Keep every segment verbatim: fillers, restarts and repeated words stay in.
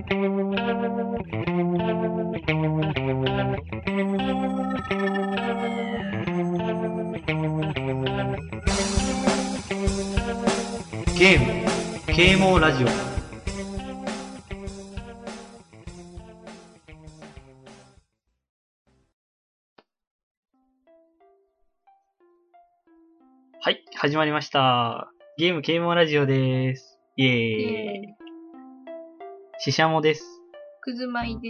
ゲーム、啓蒙ラジオ。はい、始まりました。ゲーム啓蒙ラジオです。イエーイ。イエーイ。ししゃもです。 くずまいです。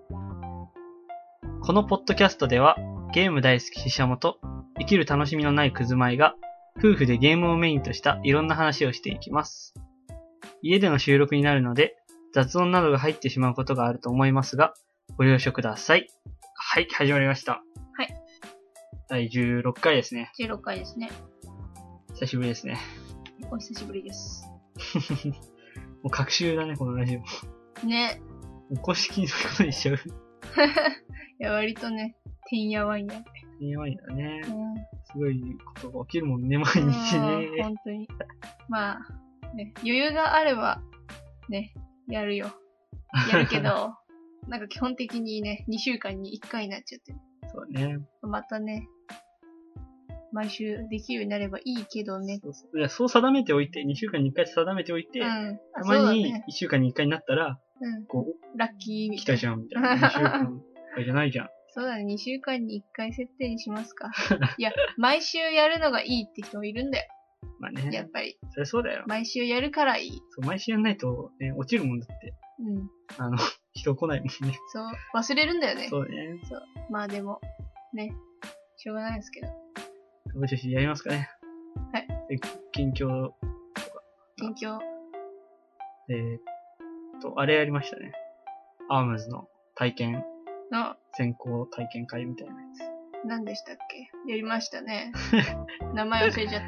このポッドキャストでは、ゲーム大好きししゃもと生きる楽しみのないくずまいが、夫婦でゲームをメインとしたいろんな話をしていきます。家での収録になるので、雑音などが入ってしまうことがあると思いますが、ご了承ください。はい、始まりました。 はい。 だいじゅうろっかいですね。 じゅうろっかいですね。 久しぶりですね。 お久しぶりです。 もう隔週だね、このラジオ。 ね。 もう公式のことにしちゃう。いや、割とね、てんやわんや。 てんやわんやだね。 うん。 すごいことが起きるもんね、毎日ね。 本当に。まあ、ね、余裕があれば、ね、やるよ。やるけど、なんか基本的にね、にしゅうかんにいっかいになっちゃってる。 そうね。 またね、毎週できるようになればいいけどね。 そうそう。いや、そう定めておいて、にしゅうかんにいっかい定めておいて、うん、たまにいっしゅうかんにいっかいになったら、うん、こう、 ラッキーみたいな。来たじゃん、みたいな。にしゅうかんじゃないじゃん。 そうだね、にしゅうかんにいっかい設定にしますか。いや、毎週やるのがいいって人もいるんだよ。 まあね。 やっぱり。 そりゃそうだよ。 毎週やるからいい。 そう、毎週やんないと、ね、落ちるもんだって。うん。あの、人来ないもんね。 そう、忘れるんだよね。 そうね。 そう。まあでも、ね、しょうがないですけど。 ぼちぼちやりますかね。 はい。 近況とか。 近況。 えー、っと、あれやりましたね。アームズの体験。 の先行体験会みたいなやつ。 何でしたっけ？やりましたね。名前忘れちゃった。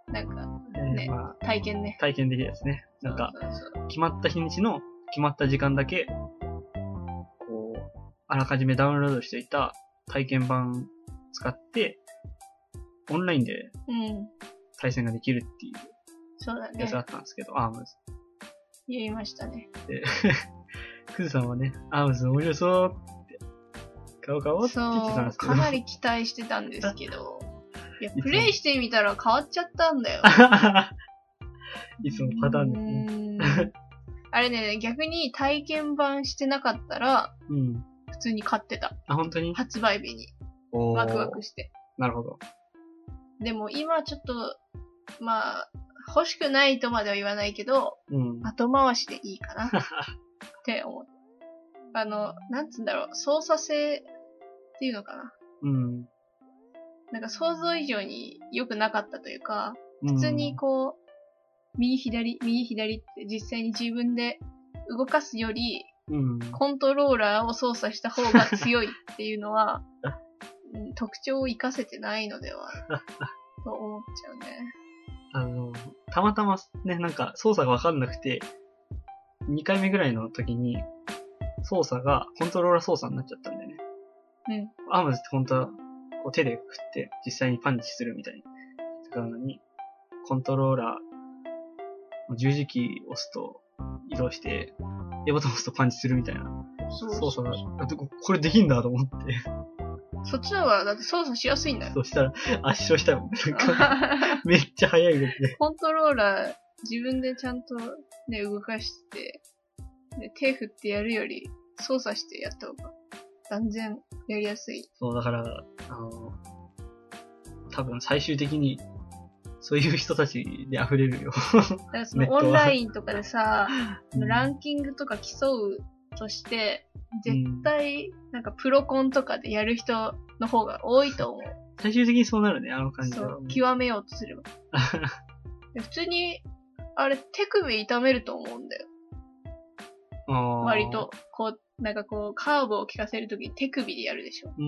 なんか、ね、えーまあ、体験ね。 体験できるやつね。なんか、そうそうそう、決まった日にちの決まった時間だけ、こう、あらかじめダウンロードしていた体験版使って、オンラインで対戦ができるっていうやつだったんですけど、うん、アームズ。 やりましたね。 で、クズさんはね、アームズ面白そうって、買おう買おうって言ってたんですけど。 そう、かなり期待してたんですけど、いや、プレイしてみたら変わっちゃったんだよ。 いつもパターンですね。 あれね、逆に体験版してなかったら、うん、普通に買ってた。 あ、本当に？ 発売日に。ワクワクして。 なるほど。 でも今ちょっと、まあ、欲しくないとまでは言わないけど、うん、後回しでいいかなって思う。あの、なんつうんだろう、操作性っていうのかな。うん。なんか想像以上に良くなかったというか、普通にこう、右左、右左って実際に自分で動かすより、うん、コントローラーを操作した方が強いっていうのは、特徴を活かせてないのではと思っちゃうね。 あの、たまたまね、なんか操作がわかんなくて、にかいめぐらいの時に、操作がコントローラー操作になっちゃったんだよね。うん。アームズって本当はこう手で振って実際にパンチするみたいに使うのに、コントローラー、十字キーを押すと移動して、A ボタンを押すとパンチするみたいな操作が、これできんだと思って。 そっちの方がだって操作しやすいんだよ。 そしたら圧勝したもん。めっちゃ速いですね。 コントローラー自分でちゃんとね、動かして、で手振ってやるより操作してやった方が断然やりやすい。 そう、だから、あの、多分最終的にそういう人たちで溢れるよ。 だからそのオンラインとかでさ、ランキングとか競うとして、絶対、なんかプロコンとかでやる人の方が多いと思う。 最終的にそうなるね、あの感じは。 そう、極めようとすれば。普通に、あれ、手首痛めると思うんだよ。割と、こう、なんかこう、カーブを効かせるときに手首でやるでしょ。うん。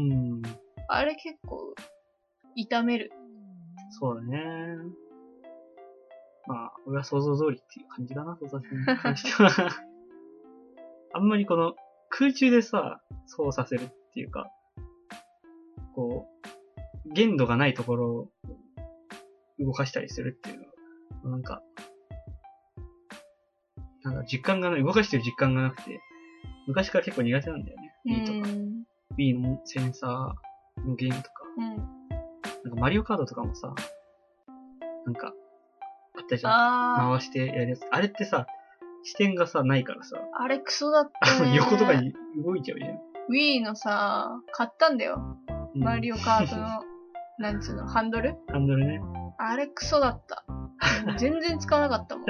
あれ結構、痛める。 そうだね。まあ、俺は想像通りっていう感じだな、操作性に関しては。あんまりこの、空中でさ、操作するっていうか、こう、限度がないところを動かしたりするっていうのは、なんか、 なんだ、実感がない、動かしてる実感がなくて、昔から結構苦手なんだよね。Wii とか。Wii のセンサーのゲームとか。うん、なんかマリオカードとかもさ、なんか、あったじゃん。回してやるやつ。あれってさ、視点がさ、ないからさ。 あれクソだったね。 横とかに動いちゃうじゃん。 Wii のさ、買ったんだよ。うん、マリオカートの、なんつうの、ハンドルハンドルね。 あれクソだった。全然使わなかったもん。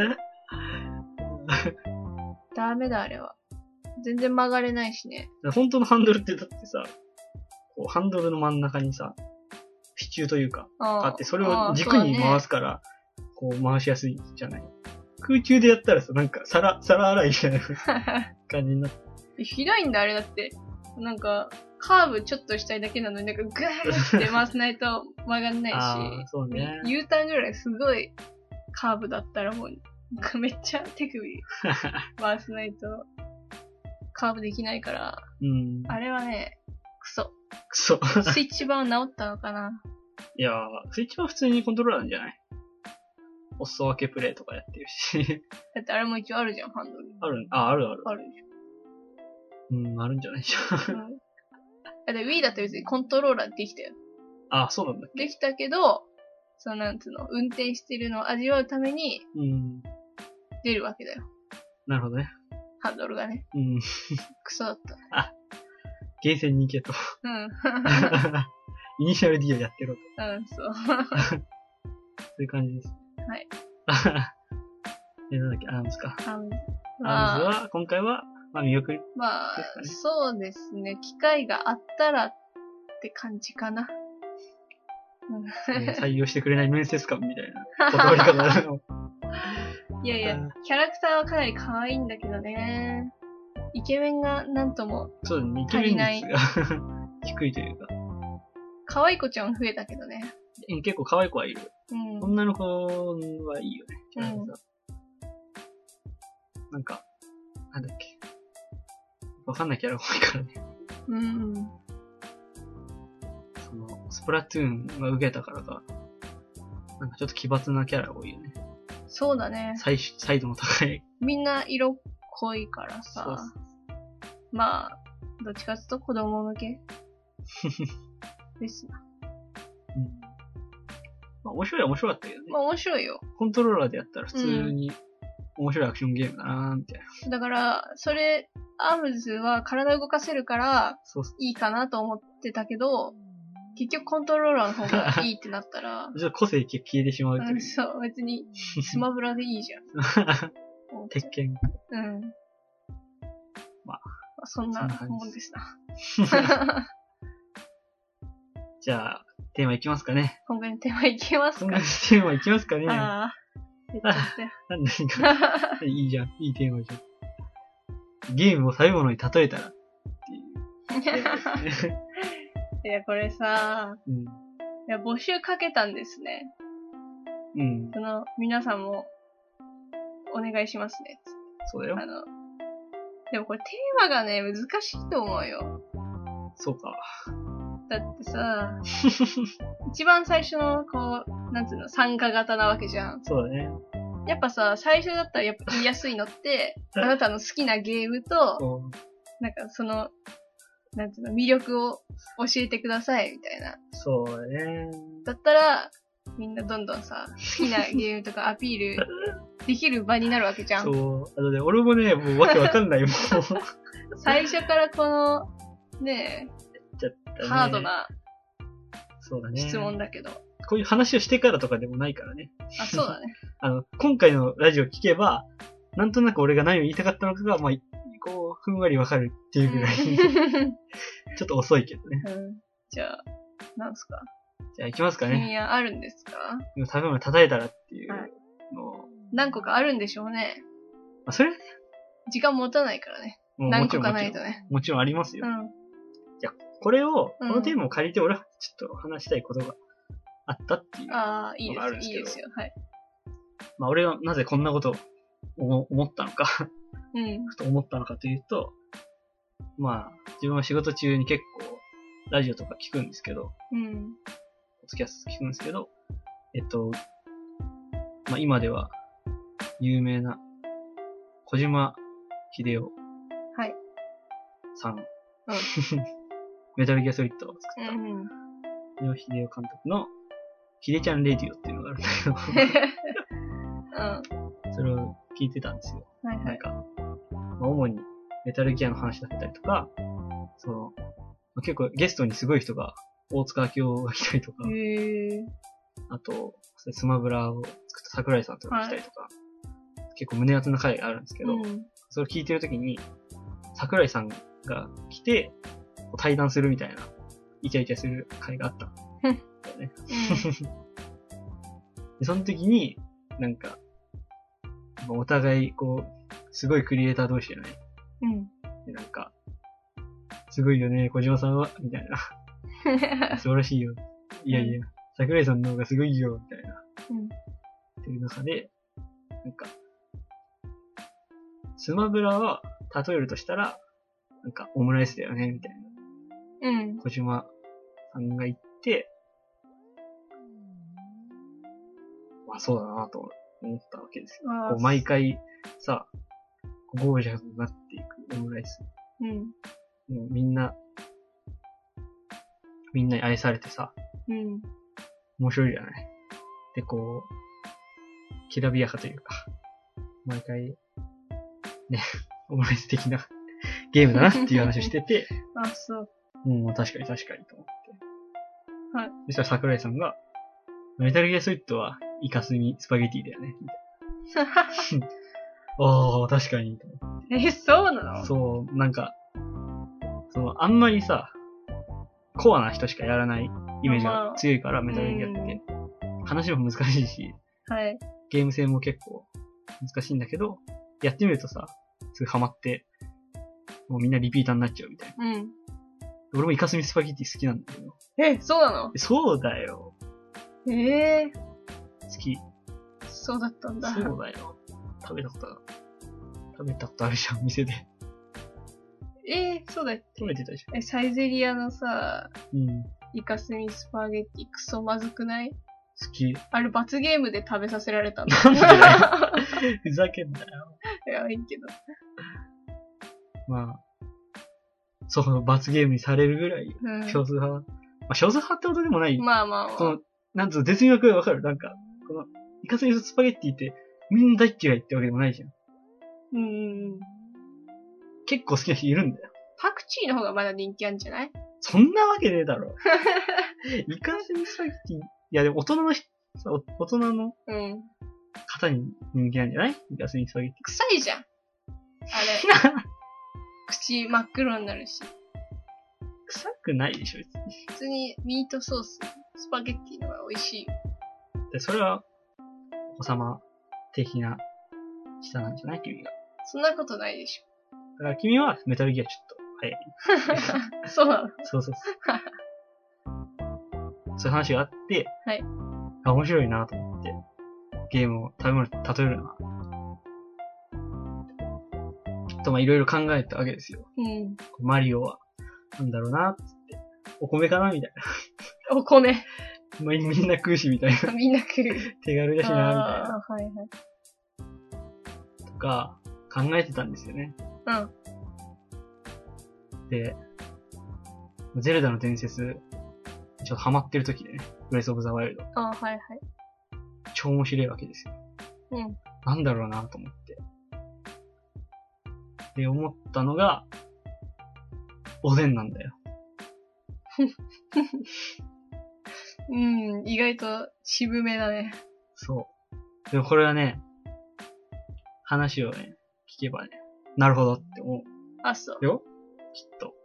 ダメだ、あれは。全然曲がれないしね。 本当のハンドルってだってさ、こうハンドルの真ん中にさ、支柱というか、あって、それを軸に回すから、こう回しやすいじゃない。空中でやったらさ、なんか皿、皿洗いみたいな感じになって。 ひどいんだ、あれだって。なんか、カーブちょっとしたいだけなのに、なんかグーって回さないと曲がんないし、 あそうね、 U ターンぐらいすごいカーブだったらもう、めっちゃ手首回さないとカーブできないから、うん、あれはね、クソ。 クソ。 スイッチ版治ったのかな。 いやー、スイッチ版普通にコントローラーなんじゃない？お裾分けプレイとかやってるし。 だってあれも一応あるじゃん、ハンドル。 ある、あ、あるある。 あるでしょ。うん、あるんじゃないじゃん。うん、 だって Wii だって別にコントローラーできたよ。 あ、そうなんだっけ。できたけど、そのなんつうの、運転してるのを味わうために、うん、出るわけだよ。 なるほどね。 ハンドルがね。うん。クソだった。 あ、ゲーセンに行けと。うん。イニシャル D をやってろと。 うん、そう。 そういう感じです。 はい。 え、なんだっけ、アームズか。アームズ。アームズは、今回は、まあ見送り、ね。 まあ、そうですね。機会があったらって感じかな。 採用してくれない面接官みたいな断り方なの。 いやいや、キャラクターはかなり可愛いんだけどね。イケメンがなんともそうだね、イケメン率が低いというか。 可愛い子ちゃん増えたけどね。 結構可愛い子はいる。うん、女の子はいいよね、キャラクター。うん、なんか、なんだっけ。わかんないキャラが多いからね。うん。その、スプラトゥーンが受けたからか、なんかちょっと奇抜なキャラが多いよね。 そうだね。 サイ、サイドの高い。 みんな色濃いからさ。そうまあ、どっちかっていうと子供向けですな。うん。 まあ面白いは面白かったけどね。 まあ面白いよ。 コントローラーでやったら普通に面白いアクションゲームだなーみたいな。 うん、だから、それ、アームズは体動かせるから、いいかなと思ってたけど、結局コントローラーの方がいいってなったら、 ちょっと個性消えてしまうという、 うん。そう、別にスマブラでいいじゃん。 鉄拳。 うん。まあ、そんなもんですな。 じゃあ、テーマいきますかね。 今回のテーマいきますか。 今回のテーマいきますかね。 ああ。言っちゃったよ。 なんでか。いいじゃん。いいテーマじゃん。ゲームを食べ物に例えたら。っていう。 いや、これさ、うん、いや、募集かけたんですね。うん。その、皆さんも、お願いしますね。 そうだよ。 あの、でもこれテーマがね、難しいと思うよ。 そうか。 だってさ、一番最初の、こう、なんつうの、参加型なわけじゃん。 そうだね。 やっぱさ、最初だったらやっぱ言いやすいのって、あなたの好きなゲームと、なんかその、なんていうの、魅力を教えてください、みたいな。 そうだね。 だったら、みんなどんどんさ、好きなゲームとかアピールできる場になるわけじゃん。 そう。あのね、俺もね、もうわけわかんないもん。 最初からこの、ねえ、ね、ハードなそうだね。 質問だけど。 こういう話をしてからとかでもないからね。 あ、そうだね。 あの、今回のラジオ聞けば、なんとなく俺が何を言いたかったのかが、まあ、こう、ふんわりわかるっていうぐらい。ちょっと遅いけどね。うん、 じゃあ、なんすか。 じゃあ行きますかね。 君はあるんですか？ 食べ物叩いたらっていうのを、はい、 何個かあるんでしょうね。 あ、それはね。 時間持たないからね。何個かないとね。 もちろんありますよ。うん、じゃあ、これを、このテーマを借りて俺はちょっと話したいことがあったっていうのがあるんですけど。ああ、いいですよ、いいですよ。はい。まあ俺はなぜこんなことを思ったのかうん、ふと思ったのかというと、まあ、自分は仕事中に結構、ラジオとか聞くんですけど、うん。ポッドキャスト聞くんですけど、えっと、まあ今では、有名な小島秀夫はい。 さん。うん。 メタルギアソリッドを作った。うんうん。小島秀夫監督の、ひでちゃんレディオっていうのがあるんだけど。うん。それを聞いてたんですよ。はいはい。なんか、まあ、主にメタルギアの話だったりとか、その、まあ、結構ゲストにすごい人が、大塚明夫が来たりとか、へー。あと、スマブラを作った桜井さんとか来たりとか、はい、結構胸熱な回があるんですけど、うん、それを聞いてるときに、桜井さんが来て、対談するみたいな、イチャイチャする回があったんだよね。でその時に、なんか、お互い、こう、すごいクリエイター同士じゃない。うん。で、なんか、すごいよね、小島さんは、みたいな。素晴らしいよ。いやいや、桜井さんの方がすごいよ、みたいな。うん。っていう中で、なんか、スマブラは、例えるとしたら、なんか、オムライスだよね、みたいな。うん。小島さんが言って、まあそうだなと思ったわけですよ。こう毎回さ、ゴージャスになっていくオムライス。うん。もうみんな、みんなに愛されてさ、うん。面白いじゃない。で、こう、きらびやかというか、毎回、ね、オムライス的なゲームだなっていう話をしてて、 あ、そう。 うん、確かに確かにと思って。はい。そしたら桜井さんが、メタルギアソリッドはイカスミスパゲティだよね、みたいな。ああ、確かにと思って。 え、そうなの？ そう、なんか、その、あんまりさ、コアな人しかやらないイメージが強いから、メタルギアって。話も難しいし、はい。ゲーム性も結構難しいんだけど、やってみるとさ、すぐハマって、もうみんなリピーターになっちゃうみたいな。うん。俺もイカスミスパゲティ好きなんだけど。 え、そうなの？ そうだよ。 ええー。 好き。 そうだったんだ。 そうだよ。食べたことある。食べたことあるじゃん、店で。 えー、そうだっけ？ 食べてたじゃん。え、サイゼリアのさ、うん。イカスミスパゲティクソまずくない？ 好き。 あれ罰ゲームで食べさせられたんだ。 なんでだよ。ふざけんなよ。 いや、いいけど。 まあ、そう、罰ゲームにされるぐらい、うん、少数派。まあ、少数派ってことでもない。 まあまあまあ。 この、なんつうの、絶妙がわかる。なんか、この、イカスミスパゲティってみんな大嫌いってわけでもないじゃん。うん。結構好きな人いるんだよ。 パクチーの方がまだ人気あるんじゃない？ そんなわけねえだろ。イカスミスパゲティ、いやでも大人の人、大人の方に人気なんじゃない？イカスミスパゲティ。 臭いじゃん。あれ。口真っ黒になるし。 臭くないでしょ、別に。 普通にミートソース、スパゲッティのが美味しいよ。 で、それは、お子様的な舌なんじゃない？君が。 そんなことないでしょ。 だから君はメタルギアちょっと早い。そうなの？ そうそうそう。そういう話があって、はい。あ、面白いなと思って、ゲームを食べ物に例えるな。と、まあいろいろ考えたわけですよ。うん。マリオは、なんだろうな、つって。お米かなみたいな。お米。 まあ、みんな食うし、みたいな。 みんな食う。 手軽だしな、みたいな。はいはい。とか、考えてたんですよね。うん。で、ゼルダの伝説、ちょっとハマってる時でね、ブレスオブザワイルド。 あ、はいはい。 超面白いわけですよ。うん。なんだろうなと思って。で、思ったのが、おでんなんだよ。 うん、意外と渋めだね。 そう。でもこれはね、話をね、聞けばね、なるほどって思う。 あ、そう。 よ？きっと。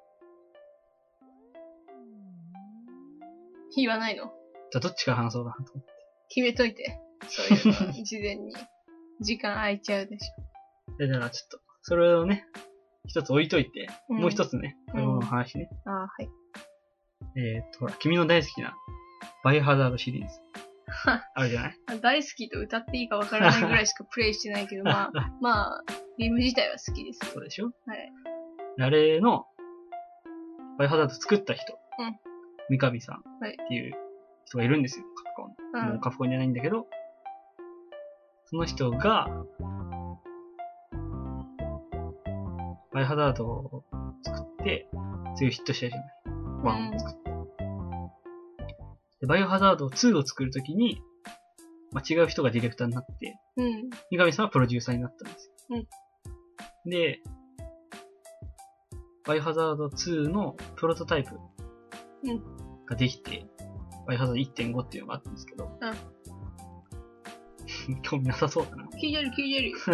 言わないの？ じゃあどっちから話そうかなと思って。 決めといて。そういうの、事前に。時間空いちゃうでしょ。だからちょっと、それをね、一つ置いといて、うん、もう一つね、その話ね。 うん、ああ、はい。 えー、っと、ほら、君の大好きな、バイオハザードシリーズ。あるじゃない？ 大好きと歌っていいかわからないぐらいしかプレイしてないけど、まあ、まあ、ゲーム自体は好きです。 そうでしょ？ はい。 あれの、バイオハザード作った人、うん、三上さんっていう人がいるんですよ、カプコン。うん、もうカプコンじゃないんだけど、その人が、 バイオハザードを作って、次ヒットしたじゃない。ワンを作って。で、バイオハザードツーを作るときに、まあ、違う人がディレクターになって、うん。三上さんはプロデューサーになったんですよ。うん。で、バイオハザードツーのプロトタイプができて、うん、バイオハザード いってんご っていうのがあったんですけど、うん、興味なさそうだな。 聞いてる聞いてるよ。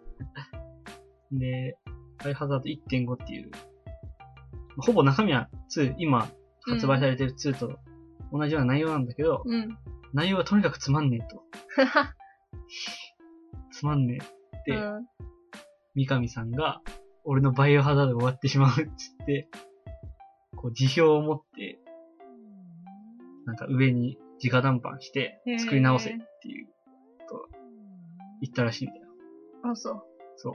で、バイオハザード いってんご っていう、ほぼ中身はツー、今発売されてるツーと同じような内容なんだけど、うん、内容はとにかくつまんねえと。つまんねえって、うん、三上さんが、俺のバイオハザードが終わってしまうっつって、こう辞表を持って、なんか上に直談判して作り直せっていうことを言ったらしいんだよ。 あ、そう。 そう。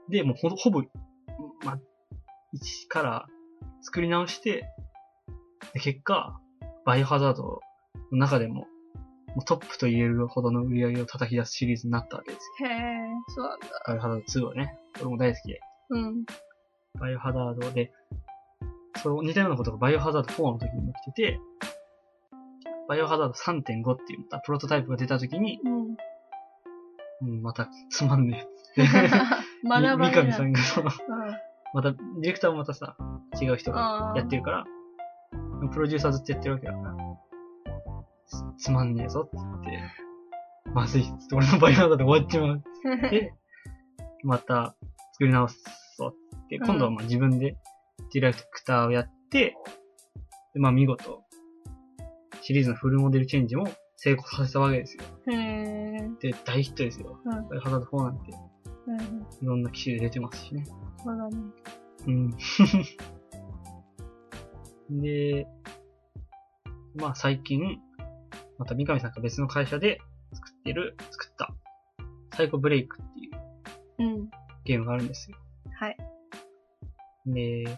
で、もうほ、ほぼ、ま、一から作り直して、で結果、バイオハザードの中でも、もうトップと言えるほどの売り上げを叩き出すシリーズになったわけですよ。へー、そうなんだ。 バイオハザードツーはね、俺も大好きで。うん。バイオハザードで、その似たようなことがバイオハザードフォーの時にも来てて、バイオハザード さんてんご っていうまたプロトタイプが出た時に、うん、うん、またつまんねえって。三上さんがその、うん、また、ディレクターもまたさ、違う人がやってるから、プロデューサーずっとやってるわけだから、つ, つまんねえぞって言って、まずいっつって俺のバイオハザード終わっちまうって言って、また作り直そうって、今度はまあ自分でディレクターをやって、でまあ見事、シリーズのフルモデルチェンジも成功させたわけですよ。へー。で、大ヒットですよ。うん、バイオハザードフォーなんて、うん、いろんな機種で出てますしね。 そうだね。 うん。で、まあ最近、また三上さんが別の会社で作ってる、作った、サイコブレイクっていう、うん、ゲームがあるんですよ。はい。で、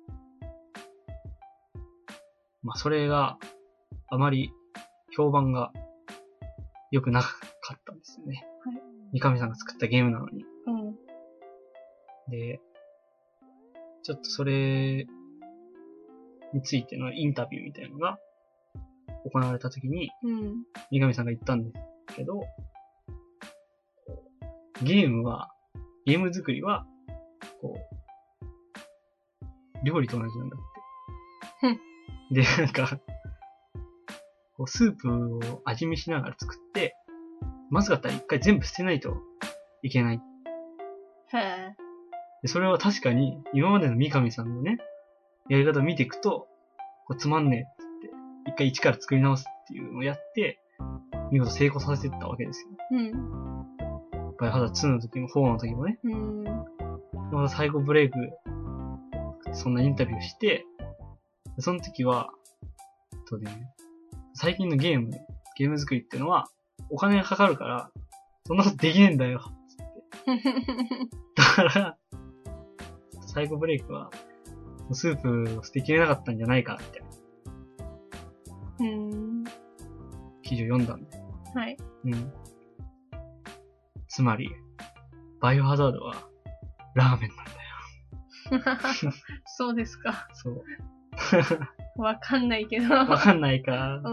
まあそれがあまり評判が良くなかったんですよね。はい。三上さんが作ったゲームなのに。うん。で、ちょっとそれについてのインタビューみたいなのが行われたときに、うん、三上さんが言ったんですけど、ゲームは、ゲーム作りは、こう、料理と同じなんだって。で、なんか、こうスープを味見しながら作って、まずかったら一回全部捨てないといけない。へぇ。で、それは確かに、今までの三上さんのね、やり方を見ていくと、こうつまんねえって言って、一回一から作り直すっていうのをやって、見事成功させていったわけですよ。うん。バイオハザードツーの時もフォーの時もね。うん。またサイコブレイク、そんなインタビューして、その時は、とね、最近のゲーム、ゲーム作りっていうのは、お金がかかるから、そんなことできねえんだよ、つって。だから、サイコブレイクは、スープを捨てきれなかったんじゃないか、みたいな。うーん。記事を読んだんで。はい。うん。つまり、バイオハザードは、ラーメンなんだよ。 そうですか。 そう。 わかんないけど。 わかんないか。うん。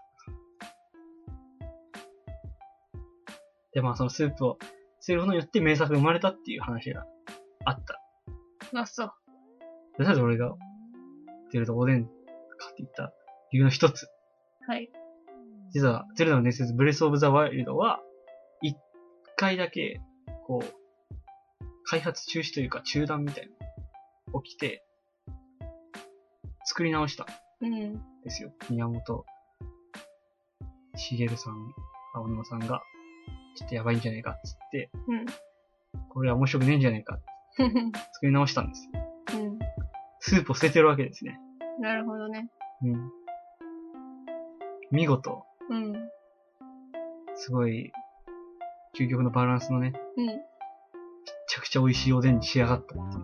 で、まあそのスープを捨てることによって名作が生まれたっていう話があった。 あ、そう。 で、なぜ俺が、ゼルダおでんかって言った理由の一つ。はい。実は、ゼルダの伝説ブレスオブザワイルドは、一回だけ、こう、開発中止というか中断みたいなの起きて、作り直した。うん。ですよ。宮本茂さん、青沼さんが、ちょっとやばいんじゃねえかっつって、うん。これは面白くねえんじゃねえかって作り直したんですよ。うん。スープを捨ててるわけですね。 なるほどね。 うん。見事。うん。すごい、究極のバランスのね。うん。めちゃくちゃ美味しいおでんに仕上がったっていう。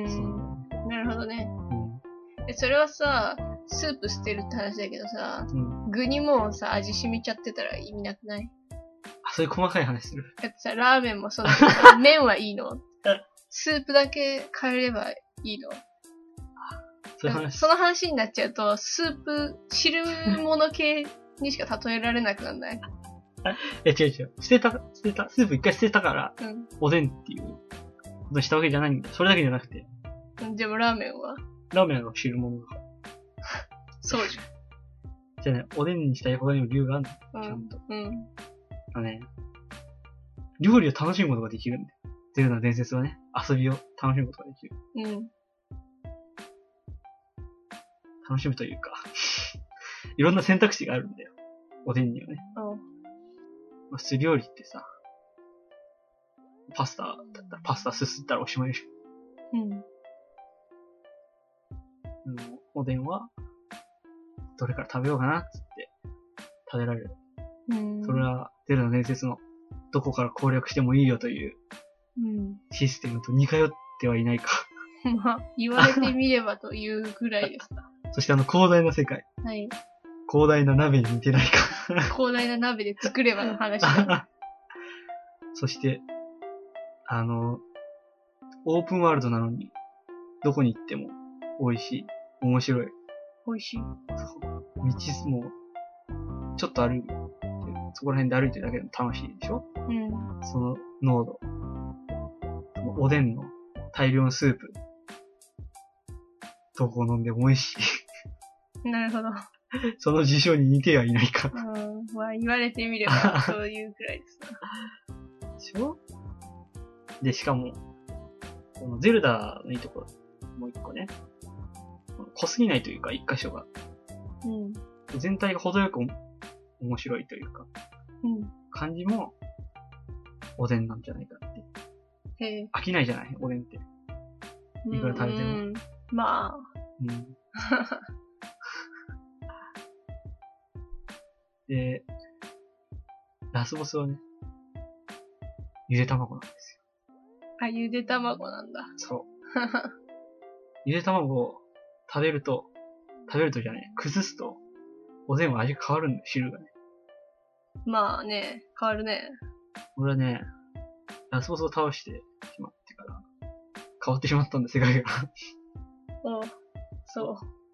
うん。なるほどね。うん。え、それはさ、スープ捨てるって話だけどさ、うん、具にもうさ、味染みちゃってたら意味なくない？ あ、そういう細かい話する。 だってさ、ラーメンもそうだけど、麺はいいの？ スープだけ変えればいいの？ そういう話。 その話になっちゃうと、スープ、汁物系にしか例えられなくならない？ え、違う違う。捨てた、捨てた。スープ一回捨てたから、うん、おでんっていうことしたわけじゃないんだよ。それだけじゃなくて。 でもラーメンはラーメンは汁物だから。 そうじゃん。 じゃあね、おでんにしたい他にも理由があるの、うん、ちゃんと。うん。あのね、料理を楽しむことができるんだよ。ゼルダの伝説はね、遊びを楽しむことができる。うん。楽しむというか、いろんな選択肢があるんだよ。おでんにはね。うん。まあ、普通料理ってさ、パスタだったらパスタすすったらおしまいでしょ。うん。うん、おでんは、どれから食べようかなっつって食べられる。うん。それはゼルダの伝説のどこから攻略してもいいよというシステムと似通ってはいないか。 まあ、言われてみればというぐらいですか。 そしてあの広大な世界。はい。広大な鍋に似てないか。 広大な鍋で作ればの話だ。 そして、あの、オープンワールドなのに、どこに行っても美味しい。面白い。 美味しい。 そう。道も、ちょっと歩いて、そこら辺で歩いてるだけでも楽しいでしょ？うん。その濃度。そのおでんの大量のスープ。どこを飲んでも美味しい。なるほど。 その事象に似てはいないか。 うん。まあ言われてみればそういうくらいですな。でしょ？で、しかも、このゼルダのいいところ、もう一個ね。濃すぎないというか、一箇所が。うん。全体が程よく面白いというか。うん。感じも、おでんなんじゃないかって。へえ。飽きないじゃないおでんって。いくら食べても。うん。 まあ。うん。 で、ラスボスはね、ゆで卵なんですよ。 あ、ゆで卵なんだ。 そう。ゆで卵を食べると、食べるとじゃねえ、崩すと、おでんは味変わるんだよ、汁がね。 まあね、変わるね。 俺はね、ラスボスを倒してしまってから、変わってしまったんだ、世界が。 おう、そう。うん。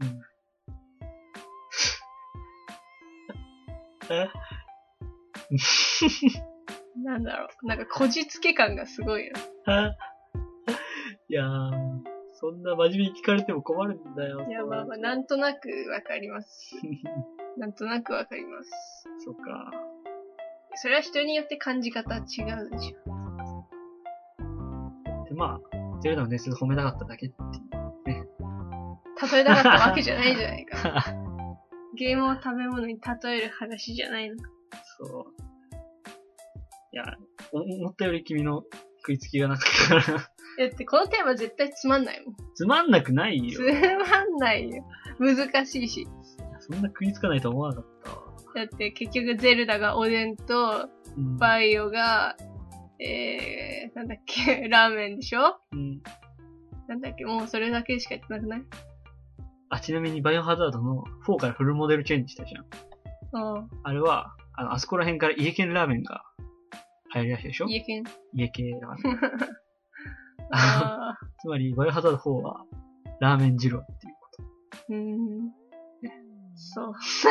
えなんだろう。なんかこじつけ感がすごいよ。 いやー、そんな真面目に聞かれても困るんだよ。 いや、まあまあ、なんとなくわかります。なんとなくわかります。 そっか。 それは人によって感じ方違うでしょ。 で、まあ、ゼルダの伝説褒めたかっただけっていうね。 例えたかったわけじゃないじゃないか。ゲームを食べ物に例える話じゃないのか。 そう。いや、思ったより君の食いつきがなかったから。 だってこのテーマ絶対つまんないもん。 つまんなくないよ。 つまんないよ。難しいし。 そんな食いつかないと思わなかったわ。 だって結局ゼルダがおでんと、うん、バイオが、えー、なんだっけ、ラーメンでしょ？うん。なんだっけ、もうそれだけしか言ってなくない？ あ、ちなみにバイオハザードのフォーからフルモデルチェンジしたじゃん。うん。あれは、あの、あそこら辺から家系ラーメンが流行りらしいでしょ？ 家系家系ラーメン。あつまり、バイオハザードフォーは、ラーメン二郎っていうこと。うーん。ね、 そう。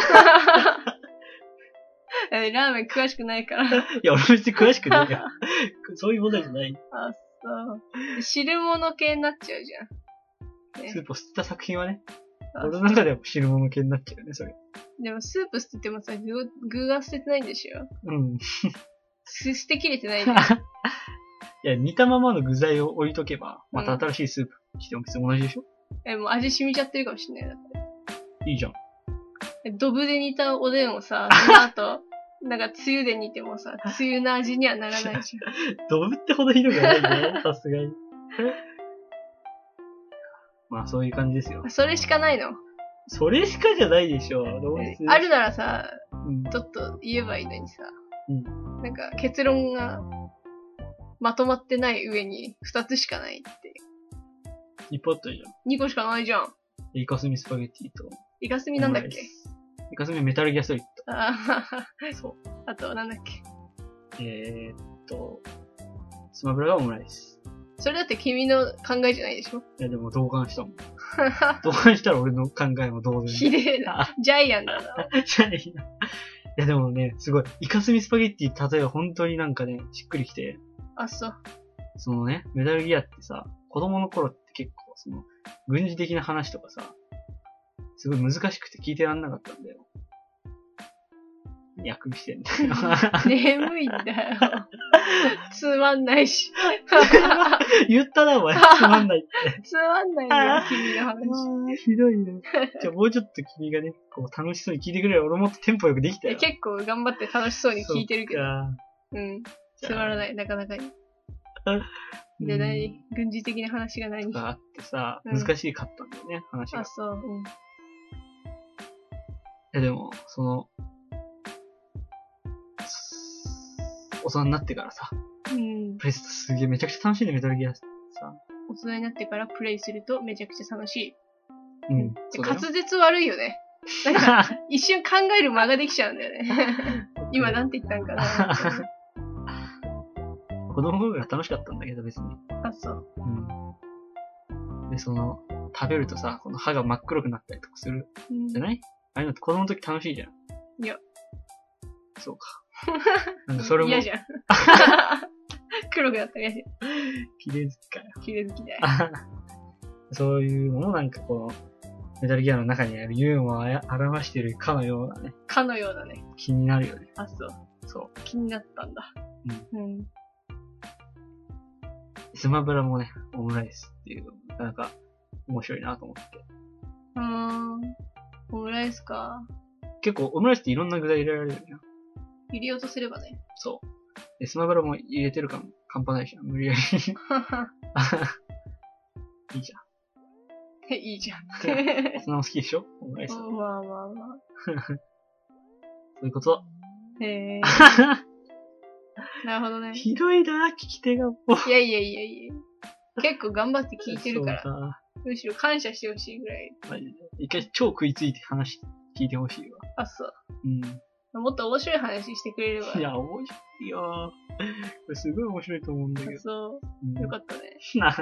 ラーメン詳しくないから。 いや、俺別に詳しくないから。そういう問題じゃない。 あ、そう。汁物系になっちゃうじゃん。 ね、スープを捨てた作品はね。俺の中では汁物系になっちゃうよね、それ。 でもスープ捨ててもさ、具、具が捨ててないんでしょ？うん。捨てきれてないじゃん。 いや、煮たままの具材を置いとけば、また新しいスープしても別に同じでしょ？ うん、え、もう味染みちゃってるかもしんない。だって。 いいじゃん。 ドブで煮たおでんをさ、その後、なんかつゆで煮てもさ、つゆの味にはならないじゃん。ドブってほどひどくないね、さすがに。まあそういう感じですよ。 それしかないの？ それしかじゃないでしょ。 どうせあるならさ、うん、ちょっと言えばいいのにさ、うん、なんか結論がまとまってない上に二つしかないって。 いっぱいあったじゃん。 二個しかないじゃん。 イカスミスパゲティと。 イカスミなんだっけ？ イカスミメタルギアソリッド。ああ、そう。あとなんだっけ？ えーっと、スマブラがオムライス。 それだって君の考えじゃないでしょ。 いやでも同感したもん。同感したら俺の考えも同然。 綺麗な。ジャイアンだな。 ジャイアン。いやでもね、すごい、イカスミスパゲッティ例えば本当になんかね、しっくりきて。 あ、そう。 そのね、メダルギアってさ、子供の頃って結構その、軍事的な話とかさ、すごい難しくて聞いてらんなかったんだよ。役してんだよ。 眠いんだよ。つまんないし。 言ったな、お前。つまんないって。 つまんないんだよ、君の話。 ひどいね。じゃあもうちょっと君がね、こう楽しそうに聞いてくれよ。俺もっとテンポよくできたよ。 結構頑張って楽しそうに聞いてるけど。うん。つまらない、なかなかに。で、何軍事的な話が何があってさ、難しかったんだよね、話が。 あ、そう。うん。いやでも、その、大人になってからさ、うん、プレイするとすげえめちゃくちゃ楽しいね、メタルギアさ。 大人になってからプレイするとめちゃくちゃ楽しい。 うん。 滑舌悪いよね。なんか、一瞬考える間ができちゃうんだよね。今なんて言ったんかな。 子供の頃が楽しかったんだけど、別に。 あ、そう。 うん。で、その、食べるとさ、この歯が真っ黒くなったりとかする。うん、じゃない？ああいうのって子供の時楽しいじゃん。 いや。 そうか。なんかそれも。 嫌じゃん。黒くなったら嫌じゃん。 綺麗好きかよ。 綺麗好きだよ。 そういうのもなんかこう、メタルギアの中にあるユーモアを表しているかのようなね。 かのようなね。 気になるよね。 あ、そう。 そう。 気になったんだ。うん。うん。 スマブラもね、オムライスっていうのなかなか面白いなと思って。 うーん。オムライスか。 結構オムライスっていろんな具材入れられるよね。 入れようとすればね。 そう。で、スマブラも入れてるかも。半端ないじゃん。無理やり。いいじゃん。いいじゃん。 大人も好きでしょオムライス。 まあまあまあ。 そういうこと。 へえ。なるほどね。 ひどいな、聞き手がもう。いやいやいやいや。結構頑張って聞いてるから。そうか。むしろ感謝してほしいぐらい。 マジで。一回超食いついて話聞いてほしいわ。 あ、そう。 うん。 もっと面白い話してくれれば。 いや、面白いよ。これすごい面白いと思うんだけど。 そう。うん、よかったね。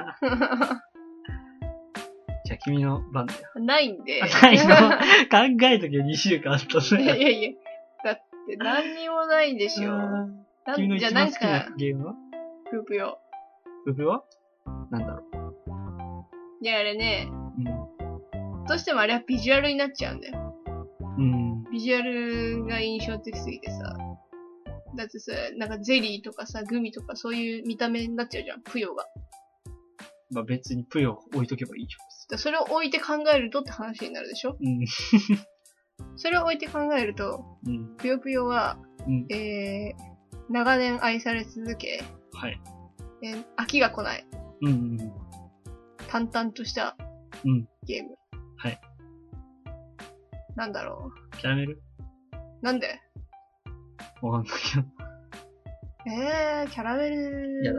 じゃあ君の番だよ。 ないんで。 ないの考えときはにしゅうかんあったね。 いやいやいや。だって何にもないんでしょ。 君の一番好きなゲームはぷよぷよ。 ぷよぷよはなんだろう。 いや、あれね。うん。どうしてもあれはビジュアルになっちゃうんだよ。うん。ビジュアルが印象的すぎてさ。だってさ、なんかゼリーとかさ、グミとかそういう見た目になっちゃうじゃん、ぷよが。 まあ別にぷよ置いとけばいいじゃん。それを置いて考えるとって話になるでしょ。うん。それを置いて考えると、うん、ぷよぷよは、うん、えー、長年愛され続け、はい。えー、飽きが来ない。うんうん。淡々とした、うん。ゲーム。はい。なんだろう。キャラメル？ なんで？ わかんないけど。 えー、キャラメル。 やだ。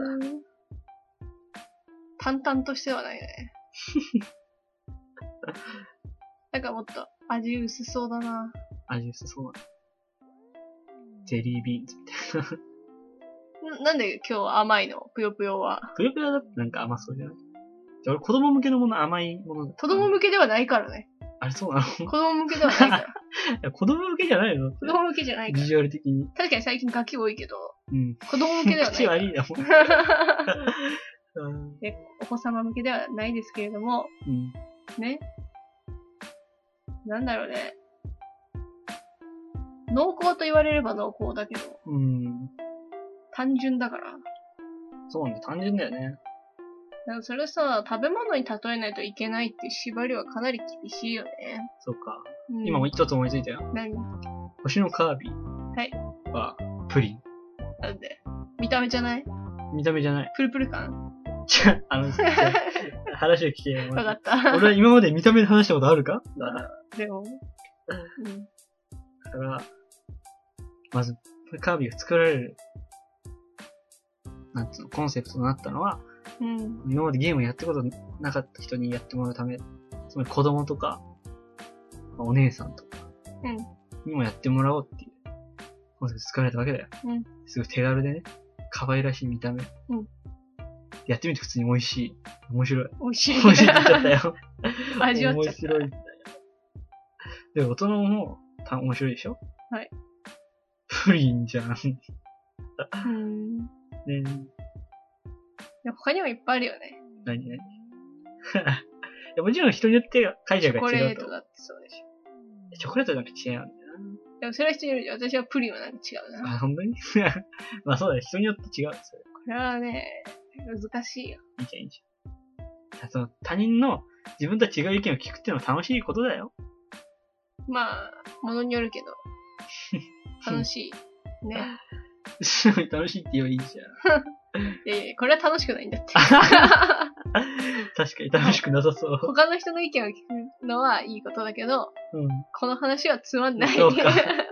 淡々としてはないね。なんかもっと味薄そうだな。 味薄そうだな。ゼリービーンズみたいな。なんで今日は甘いのぷよぷよは。 ぷよぷよだってなんか甘そうじゃない？じゃあ俺子供向けのもの甘いものだ。 子供向けではないからね。 あれそうなの？ 子供向けではないから。いや子供向けじゃないの？ 子供向けじゃないから。 ビジュアル的に。 確かに最近ガキ多いけど、うん、子供向けではない。 口悪いなもん。で、お子様向けではないですけれども、うん、ね。なんだろうね。濃厚と言われれば濃厚だけど、うん、単純だから。 そうね、単純だよね。 だからそれさ、食べ物に例えないといけないって縛りはかなり厳しいよね。 そうか。うん、今も一つ思いついたよ。 何？ 星のカービィ。 はい。 は、プリン。 なんで？見た目じゃない？ 見た目じゃない。 プルプル感？ じゃ、あの、話を聞けよ。 わかった。 俺は今まで見た目で話したことあるか？ でも。うん。 だから、まず、カービィが作られる、なんつうの、コンセプトになったのは、うん、今までゲームやったことなかった人にやってもらうため、つまり子供とか、お姉さんとか、にもやってもらおうっていう、コンセプト作られたわけだよ。うん、すごい手軽でね、可愛らしい見た目。うん、 やってみて普通に美味しい。面白い。 美味しい。 美味しいって言っちゃったよ。 味わっちゃった。面白いんだよ。で、大人もた面白いでしょ？ はい。 プリンじゃん。うーん。ねえ。 他にもいっぱいあるよね。 何何いやもちろん人によって解釈が違うと。チョコレートだってそうでしょ。チョコレートなんか違うんだよな。 でもそれは人によるじゃん。私はプリンはなんか違うな。 あ、本当にまあそうだよ。人によって違う。それ。 これはね、難しいよ。 いいじゃん、いいじゃん。その他人の自分と違う意見を聞くっていうのは楽しいことだよ。 まあ、ものによるけど。楽しい。ね。 楽しいって言えばいいじゃん。 いやいや、これは楽しくないんだって。 確かに楽しくなさそう。 他の人の意見を聞くのはいいことだけど、 うん、 この話はつまんない。 そうか。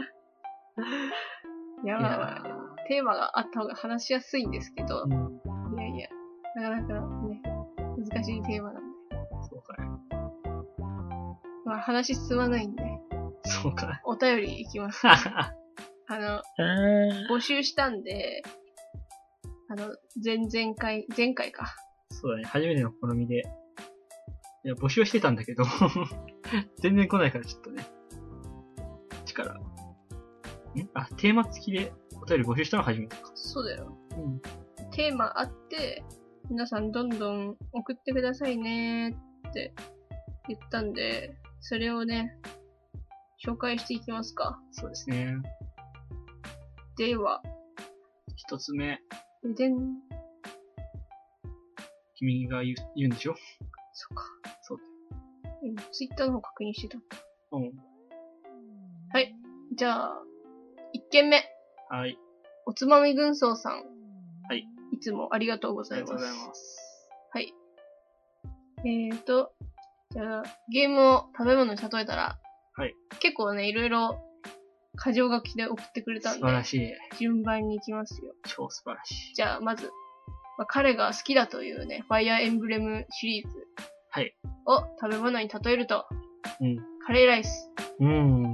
いや、まあまあ、テーマがあった方が話しやすいんですけど、うん、いやいや、なかなかね、難しいテーマなんで。 そうかね。 まあ話進まないんで。 そうか。 お便りいきます、ね。あの、募集したんで、あの、前々回、前回か。 そうだね、初めての試みで。いや、募集はしてたんだけど、全然来ないからちょっとね。力。んあ、テーマ付きでお便り募集したのは初めてか。 そうだよ。 うん。 テーマあって、皆さんどんどん送ってくださいねって言ったんで、それをね、紹介していきますか。 そうですね。 では、 一つ目。 でん。 君が言う、言うんでしょ？ そうか。 そう。 うん、ツイッターの方確認してた。 うん。 はい。じゃあ、一件目。 はい。 おつまみ軍曹さん。 はい。 いつもありがとうございます。 ありがとうございます。 はい。えーと、じゃあ、ゲームを食べ物に例えたら、 はい。 結構ね、いろいろ、箇条書きで送ってくれたんで。 素晴らしい。 順番に行きますよ。 超素晴らしい。 じゃあ、まず、まあ、彼が好きだというね、ファイアーエンブレムシリーズ。 はい。 を食べ物に例えると、 うん。 カレーライス。 うん。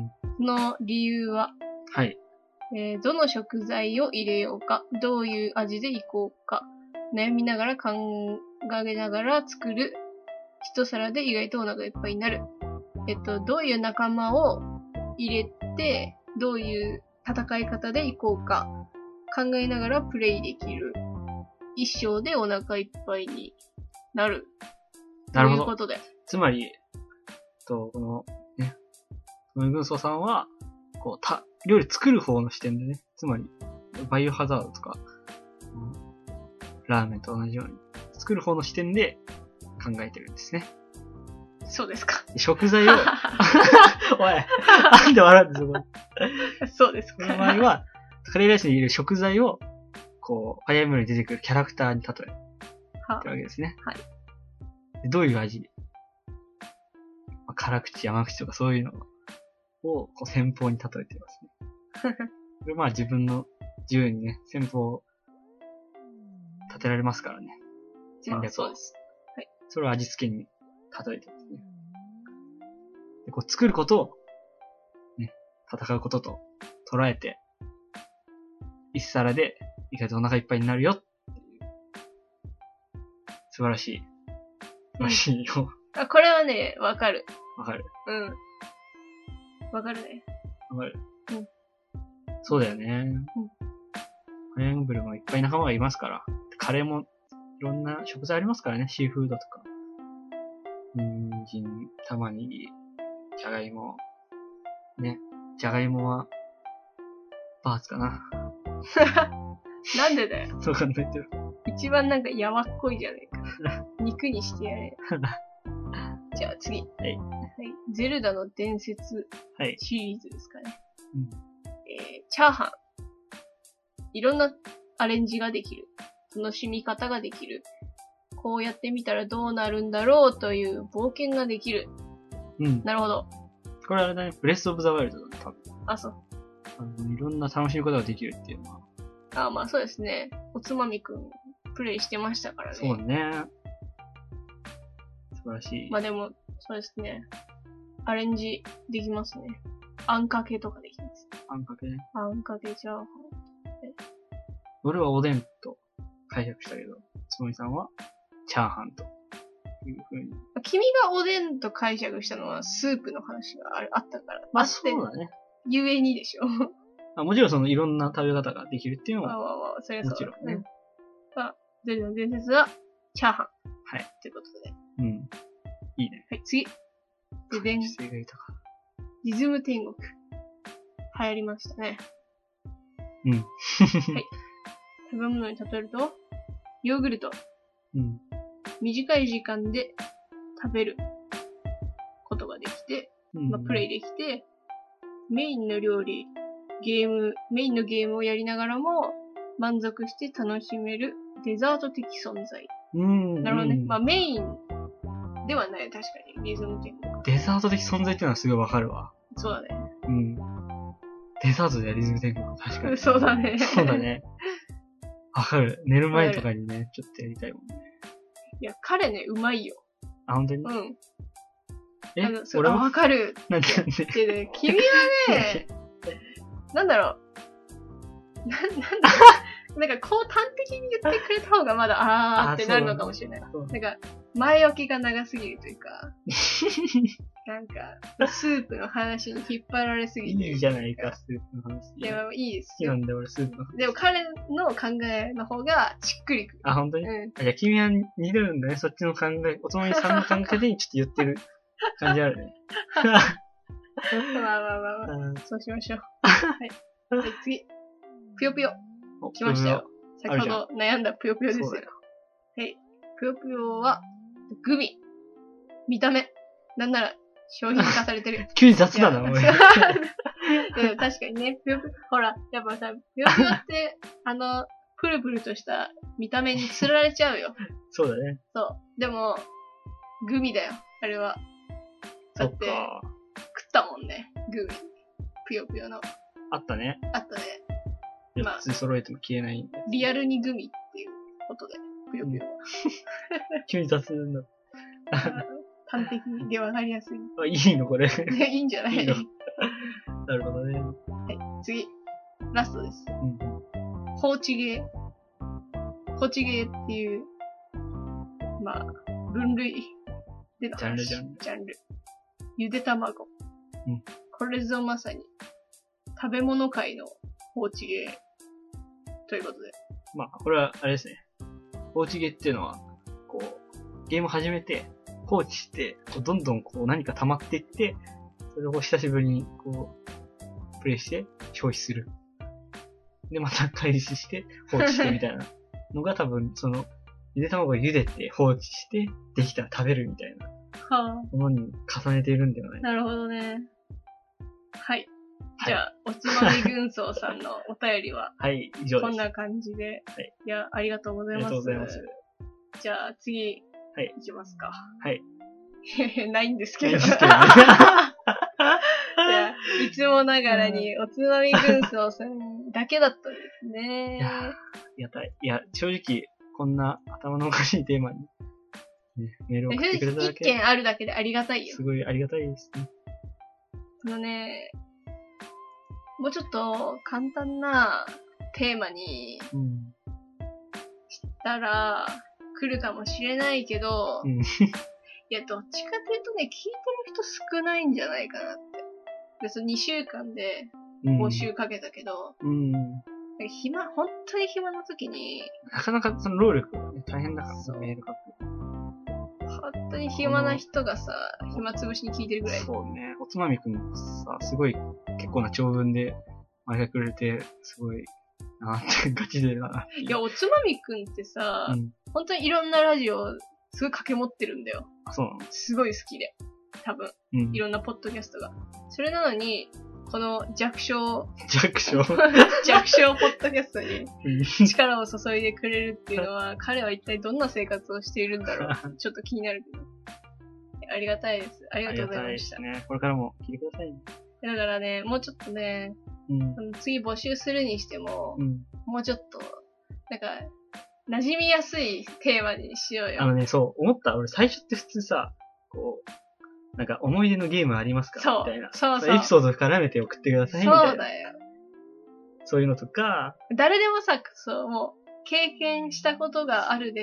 の理由は、 はい。 えー、どの食材を入れようか、どういう味でいこうか、悩みながら考えながら作る一皿で意外とお腹いっぱいになる。えっと、どういう仲間を入れて、どういう戦い方でいこうか、考えながらプレイできる。一生でお腹いっぱいになる。 なるほど。 ということで。 つまり、と、この、ね、ム軍曹さんは、こう、た、料理作る方の視点でね、つまり、バイオハザードとか、うん、ラーメンと同じように、作る方の視点で考えてるんですね。 そうですか。 食材を、おい、なんで笑うんですよ、 そうですか。 この場合は、カレーライスに入れる食材を、こう、ファイアーエムブレムに出てくるキャラクターに例える。はってわけですね。はい。でどういう味、まあ、辛口、甘口とかそういうのを、こう、戦法に例えていますね。これまあ自分の自由にね、戦法を立てられますからね。戦略を。まあ、そうです。はい。それを味付けに例えてますね。で、こう、作ることを、ね、戦うことと捉えて、一皿で意外とお腹いっぱいになるよっていう。素晴らしい。素晴らしいよ。 あ、これはね、わかる。 わかる。 うん。わかるね。 わかる。うん。そうだよね。うん。ファイアーエムブレムもいっぱい仲間がいますから。カレーもいろんな食材ありますからね。シーフードとか。人参、玉ねぎ、じゃがいも。ね。じゃがいもは、バーツかな。 なんでだよ。 そう考えてる。 一番なんかやわっこいじゃねえか。肉にしてやれ。じゃあ次。はい。はい。ゼルダの伝説シリーズですかね。はい。うん、えー、チャーハン。いろんなアレンジができる。楽しみ方ができる。こうやってみたらどうなるんだろうという冒険ができる。うん。なるほど。 これあれだね。ブレスオブザワイルドだね、多分。 あ、そう。 あのいろんな楽しみ方ができるっていうのは。 あ、まあそうですね。おつまみくん、プレイしてましたからね。 そうね。素晴らしい。 まあでも、そうですね。アレンジできますね。あんかけとかできます。 あんかけね。 あんかけチャーハン。 俺はおでんと解釈したけど、つつもりさんは、チャーハンというふうに。 君がおでんと解釈したのはスープの話があったから。 まあそうだね。 ゆえにでしょ。 あもちろんそのいろんな食べ方ができるっていうのは、 まあまあまあ、それはそうもちろんね。 まあ、ゼルの伝説は、チャーハン。 はい。 ということで。 うん。いいね。 はい、次。ででん。リズム天国。流行りましたね。 うん。はい。 食べ物に例えると、ヨーグルト。 うん。 短い時間で食べることができて、うん、まあ、プレイできて、メインの料理、ゲーム、メインのゲームをやりながらも満足して楽しめるデザート的存在。 うん。 なるほどね。まあメインではない、確かに。リズム天国。 デザート的存在っていうのはすごいわかるわ。 そうだね。 うん。デザートでリズム天国、確かに。 そうだね。 そうだね。わかる。寝る前とかにね、ちょっとやりたいもんね。 いや、彼ね、うまいよ。 あ、本当に？ うん。 え、俺はわかる。 なんでなんでね、君はね、なんだろう。な、なんだろう。なんかこう端的に言ってくれた方がまだあーってなるのかもしれない。なんか、前置きが長すぎるというか、なんか、スープの話に引っ張られすぎて。 いいじゃないか、スープの話。 いや、いいです。 好きなんだよ、俺、スープの話。 でも彼の考えの方がしっくりくる。 あ、本当に？ うん。 じゃあ君は似てるんだね、そっちの考え、おつまみさんの考えでちょっと言ってる感じあるね。 まあまあまあまあ、そうしましょう。はい。はい、次。ぷよぷよ。来ましたよ。先ほど悩んだぷよぷよですよ。はい。ぷよぷよは、グミ。見た目。なんなら、商品化されてる。 急に雑だな、おい。 確かにね、ぷよぷよ、ほら、やっぱさ、ぷよぷよって、あの、プルプルとした見た目に釣られちゃうよ。 そうだね。 そう。でも、グミだよ、あれは。だって、食ったもんね、グミ。ぷよぷよの。 あったね。 あったね。 まあ、普通揃えても消えないんで。 リアルにグミっていうことで、ぷよぷよは。 急に雑になった。 端的でわかりやすい。 あ、いいのこれ。 いいんじゃないいいのなるほどね。 はい、次。ラストです。うん、放置ゲー。放置ゲーっていう、まあ、分類での話。 ジャンル、ジャンル。 ジャンル。ゆで卵。 うん。 これぞまさに、食べ物界の放置ゲー。ということで。 まあ、これは、あれですね。放置ゲーっていうのは、こう、ゲーム始めて、放置して、こうどんどんこう何か溜まっていって、それを久しぶりにこう、プレイして消費する。で、また開始して放置してみたいなのが多分、その、ゆで卵を茹でて放置して、できたら食べるみたいなものに重ねているんではない、 はあ、なるほどね。はい。じゃあ、はい、おつまみ軍曹さんのお便りは、 はい、以上です。 こんな感じで、はい、いや、ありがとうございます。 ありがとうございます。 じゃあ、次、 はい。 いきますか。 はい。 ないんですけど。いや、いつもながらに、おつまみ軍曹さんだけだったんですね。 いや、ありがたい。いや、正直、こんな頭のおかしいテーマに、ね、メールを送ってくれただけ。 一件あるだけでありがたいよ。 すごいありがたいですね。 あのね、もうちょっと簡単なテーマにしたら来るかもしれないけど、うん、いや、どっちかというとね、聞いてる人少ないんじゃないかなって。別ににしゅうかんで募集かけたけど、うんうん、暇、本当に暇な時に。 なかなかその労力が、ね、大変だからさ、メール書く。 本当に暇な人がさ、暇つぶしに聞いてるぐらい。 そうね。おつまみくんさ、すごい結構な長文で毎回くれて、すごいなってガチでな。 いや、おつまみくんってさ、うん、本当にいろんなラジオすごい掛け持ってるんだよ。 あ、そうなの？ すごい好きで。多分、うん。いろんなポッドキャストが。それなのに、この弱小、 弱小弱小ポッドキャストに力を注いでくれるっていうのは、彼は一体どんな生活をしているんだろう。ちょっと気になるけど。ありがたいです。ありがとうございました。 ありがたいですね。これからも聞いてくださいね。 だからね、もうちょっとね、うん、次募集するにしても、うん、もうちょっと、なんか、馴染みやすいテーマにしようよ。 あのね、そう、思った。俺最初って普通さ、こう、なんか思い出のゲームありますかそうみたいな。 そうそう。 エピソード絡めて送ってくださいみたいな。 そうだよ。 そういうのとか。 誰でもさ、そう、もう、経験したことがあるで、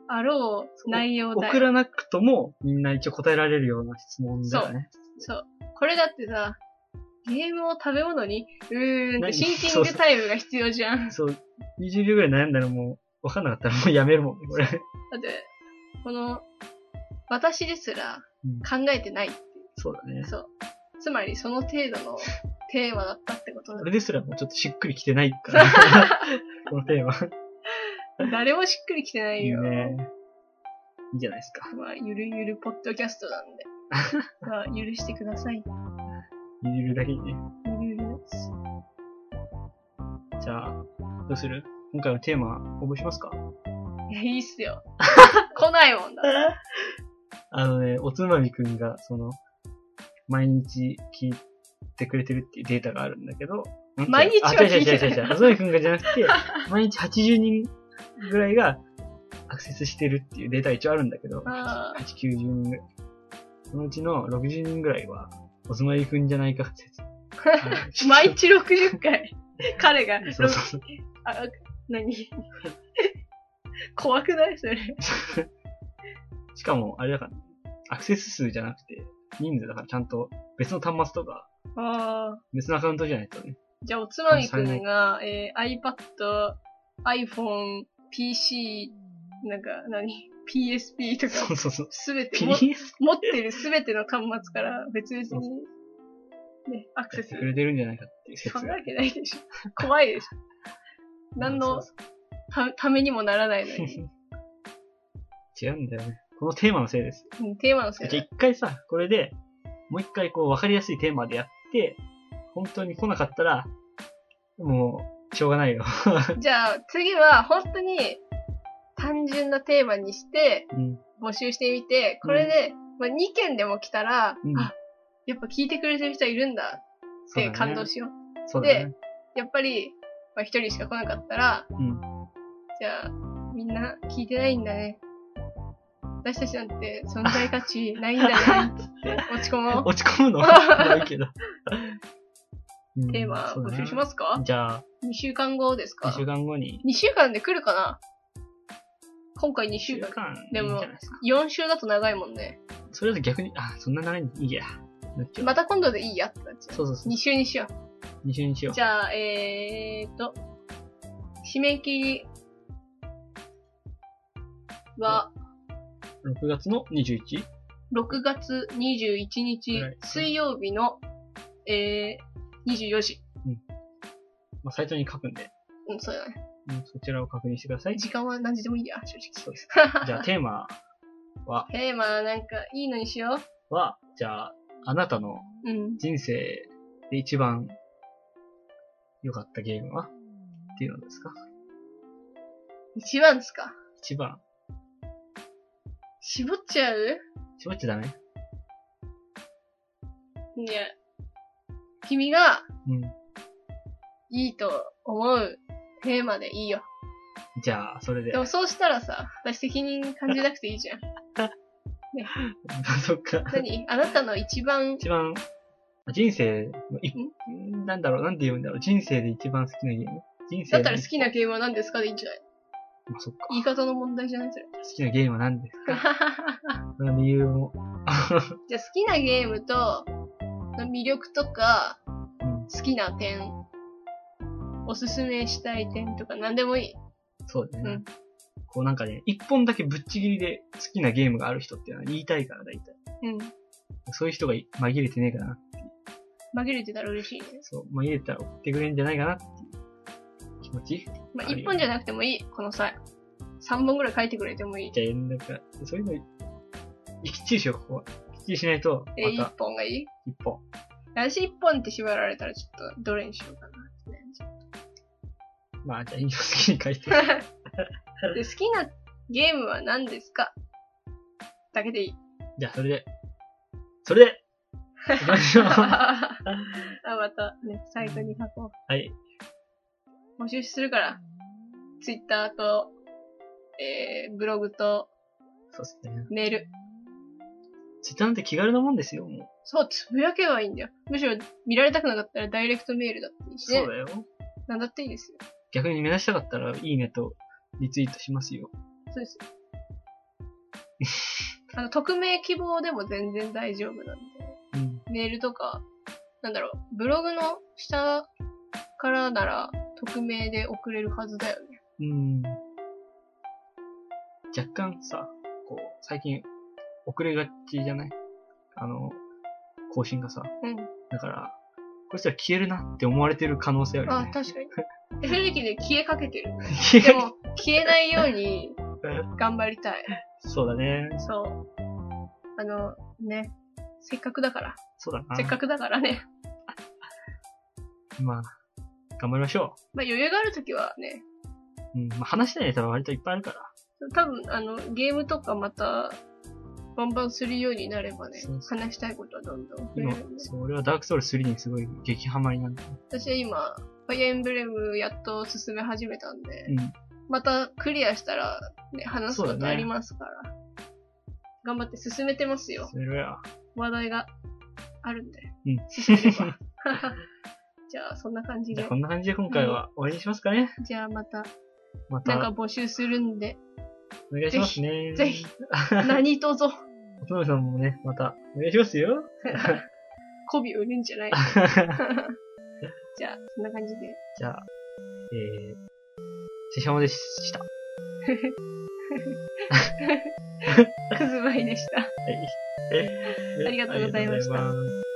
あろう内容だよ。 送らなくともみんな一応答えられるような質問だよね。 そう。そう。これだってさ、ゲームを食べ物に、うーんってシンキングタイムが必要じゃん。 そう。にじゅうびょうぐらい悩んだらもう、わかんなかったらもうやめるもんね、これ。だって、 この、私ですら考えてないっていう、 うん。そうだね。 そう。つまりその程度のテーマだったってことだ。 俺ですらもうちょっとしっくりきてないから。このテーマ。 誰もしっくりきてないよ。 いいね。いいじゃないですか。 まあ、ゆるゆるポッドキャストなんで。まあ、許してください。 ゆるゆるだけにね。 ゆるゆるです。 じゃあ、どうする？今回のテーマ応募しますか？ いや、いいっすよ。来ないもんだ。 あのね、おつまみくんが、その、毎日聞いてくれてるっていうデータがあるんだけど、 毎日は聞いてる。 あ、違う違う違う違う。おつまみくんがじゃなくて、毎日はちじゅうにんぐらいがアクセスしてるっていうデータが一応あるんだけど、はち、きゅうじゅうにんぐらい。そのうちのろくじゅうにんぐらいは、おつまみくんじゃないか説。 毎日ろくじゅっかい。彼が。 そうそうそう。 あ、何怖くないそれ。 しかも、あれだから、アクセス数じゃなくて、人数だからちゃんと別の端末とか、あ別のアカウントじゃないとね。 じゃあ、おつまみくんが、えー、iPad、iPhone、ピーシー、なんか何、ピーエスピー とか、 そうそうそう。 すべても、持ってるすべての端末から別々に、ね、アクセス。 してくれてるんじゃないかっていう説が。 そんなわけないでしょ。怖いでしょ。何のた、ためにもならないのに。 違うんだよね。このテーマのせいです。 うん、テーマのせい。 じゃあ一回さ、これで、もう一回こう分かりやすいテーマでやって、本当に来なかったら、もう、しょうがないよ。 じゃあ、次は本当に単純なテーマにして、募集してみて、うん、これで、まあ、にけんでも来たら、うん、あ、やっぱ聞いてくれてる人いるんだって感動しよう。 そうだね。 で、やっぱり、まあ、一人しか来なかったら、うん、じゃあ、みんな聞いてないんだね。私たちなんて存在価値ないんだねって落ち込もう。 落ち込むのないけど。 テーマ募集しますか？ じゃあ。 にしゅうかんごですか？ にしゅうかんごに。 にしゅうかんで来るかな？今回にしゅうかん。でも、よん週だと長いもんね。 それだと逆に、あ、そんな長いんいいや。 また今度でいいやってなっちゃう。 そうそうそう。 に週にしよう。に週にしよう。 じゃあ、えーと、締め切りは、 ろくがつのにじゅういち？ ろくがつにじゅういちにち、水曜日の、えー、にじゅうよじ。うん。 まあ、サイトに書くんで。 うん、そうだね。 うん、そちらを確認してください。 時間は何時でもいいや、正直。 そうです。じゃあ、テーマはテーマ、なんか、いいのにしよう。は、じゃあ、あなたの人生で一番良かったゲームはっていうのですか？ 一番ですか？ 一番。 絞っちゃう？ 絞っちゃダメ？ いや、君が、うん、いいと思うテーマでいいよ。 じゃあ、それで。 でもそうしたらさ、私責任感じなくていいじゃん。ね。 そっか。 何？あなたの一番。 一番、人生のい、なんだろう、なんて言うんだろう。人生で一番好きなゲーム？人生だったら好きなゲームは何ですかでいいんじゃない？ まあ、そっか。 言い方の問題じゃないそれ。 好きなゲームは何ですか？その理由も。 じゃあ好きなゲームと、魅力とか、うん、好きな点、おすすめしたい点とか何でもいい。 そうだね。うん、こうなんかね、一本だけぶっちぎりで好きなゲームがある人っていうのは言いたいから、大体。うん。そういう人が紛れてねえかなっていう。 紛れてたら嬉しいね。 そう、紛れてたら送ってくれるんじゃないかなっていう気持ち。 まあ、一本じゃなくてもいい、この際。三本ぐらい書いてくれてもいい。 じゃあ、なんか、そういうの、きっちりしよう、ここは。きっちりしないと。 え、一本がいい？ 一本。 私一本って縛られたらちょっと、どれにしようかな。 まあ、じゃあ、いいよ、好きに書いて。 で、好きなゲームは何ですか？だけでいい。 じゃあ、それで。それで行きましょう。 あ、またね、サイトに書こう。 はい。 募集するから。ツイッターと、えー、ブログと、 そうっすね。 メール。 ツイッターなんて気軽なもんですよ、もう。 そう、つぶやけばいいんだよ。むしろ見られたくなかったらダイレクトメールだっていいしね。 そうだよ。 なんだっていいですよ。 逆に目指したかったら、いいねとリツイートしますよ。 そうです。 あの、匿名希望でも全然大丈夫なんで。うん、メールとか、なんだろう、ブログの下からなら匿名で送れるはずだよね。うん。 若干さ、こう、最近遅れがちじゃない？あの、更新がさ。うん。だから、こいつら消えるなって思われてる可能性あるよね。 あ、確かに。正直ね、消えかけてる。でも、消えないように頑張りたい。 そうだね。 そう。あの、ね。せっかくだから。 そうだな。 せっかくだからね。 まあ、頑張りましょう。まあ余裕があるときはね。 うん。まあ話したいネタは割といっぱいあるから。 多分、あの、ゲームとかまた、バンバンするようになればね、そうそう話したいことはどんどん増えるんで。 今、そう、俺はダークソウルスリーにすごい激ハマりなんだ。 私は今、ファイアーエンブレムやっと進め始めたんで、うん、またクリアしたら、ね、話すことありますから、ね、頑張って進めてますよ。 進めろよ。 話題があるんで、うん、進めれば。じゃあ、そんな感じで。 じゃあ、こんな感じで今回は終わりにしますかね。 うん、じゃあ、また、また、なんか募集するんで。 お願いしますね。 ぜひ、ぜひ何とぞ。 おとめさんもね、また、お願いしますよ。 媚び売るんじゃない。じゃあ、そんな感じで。 じゃあ、えー、ししゃもでした。 くずまいでした。はい。 ありがとうございました。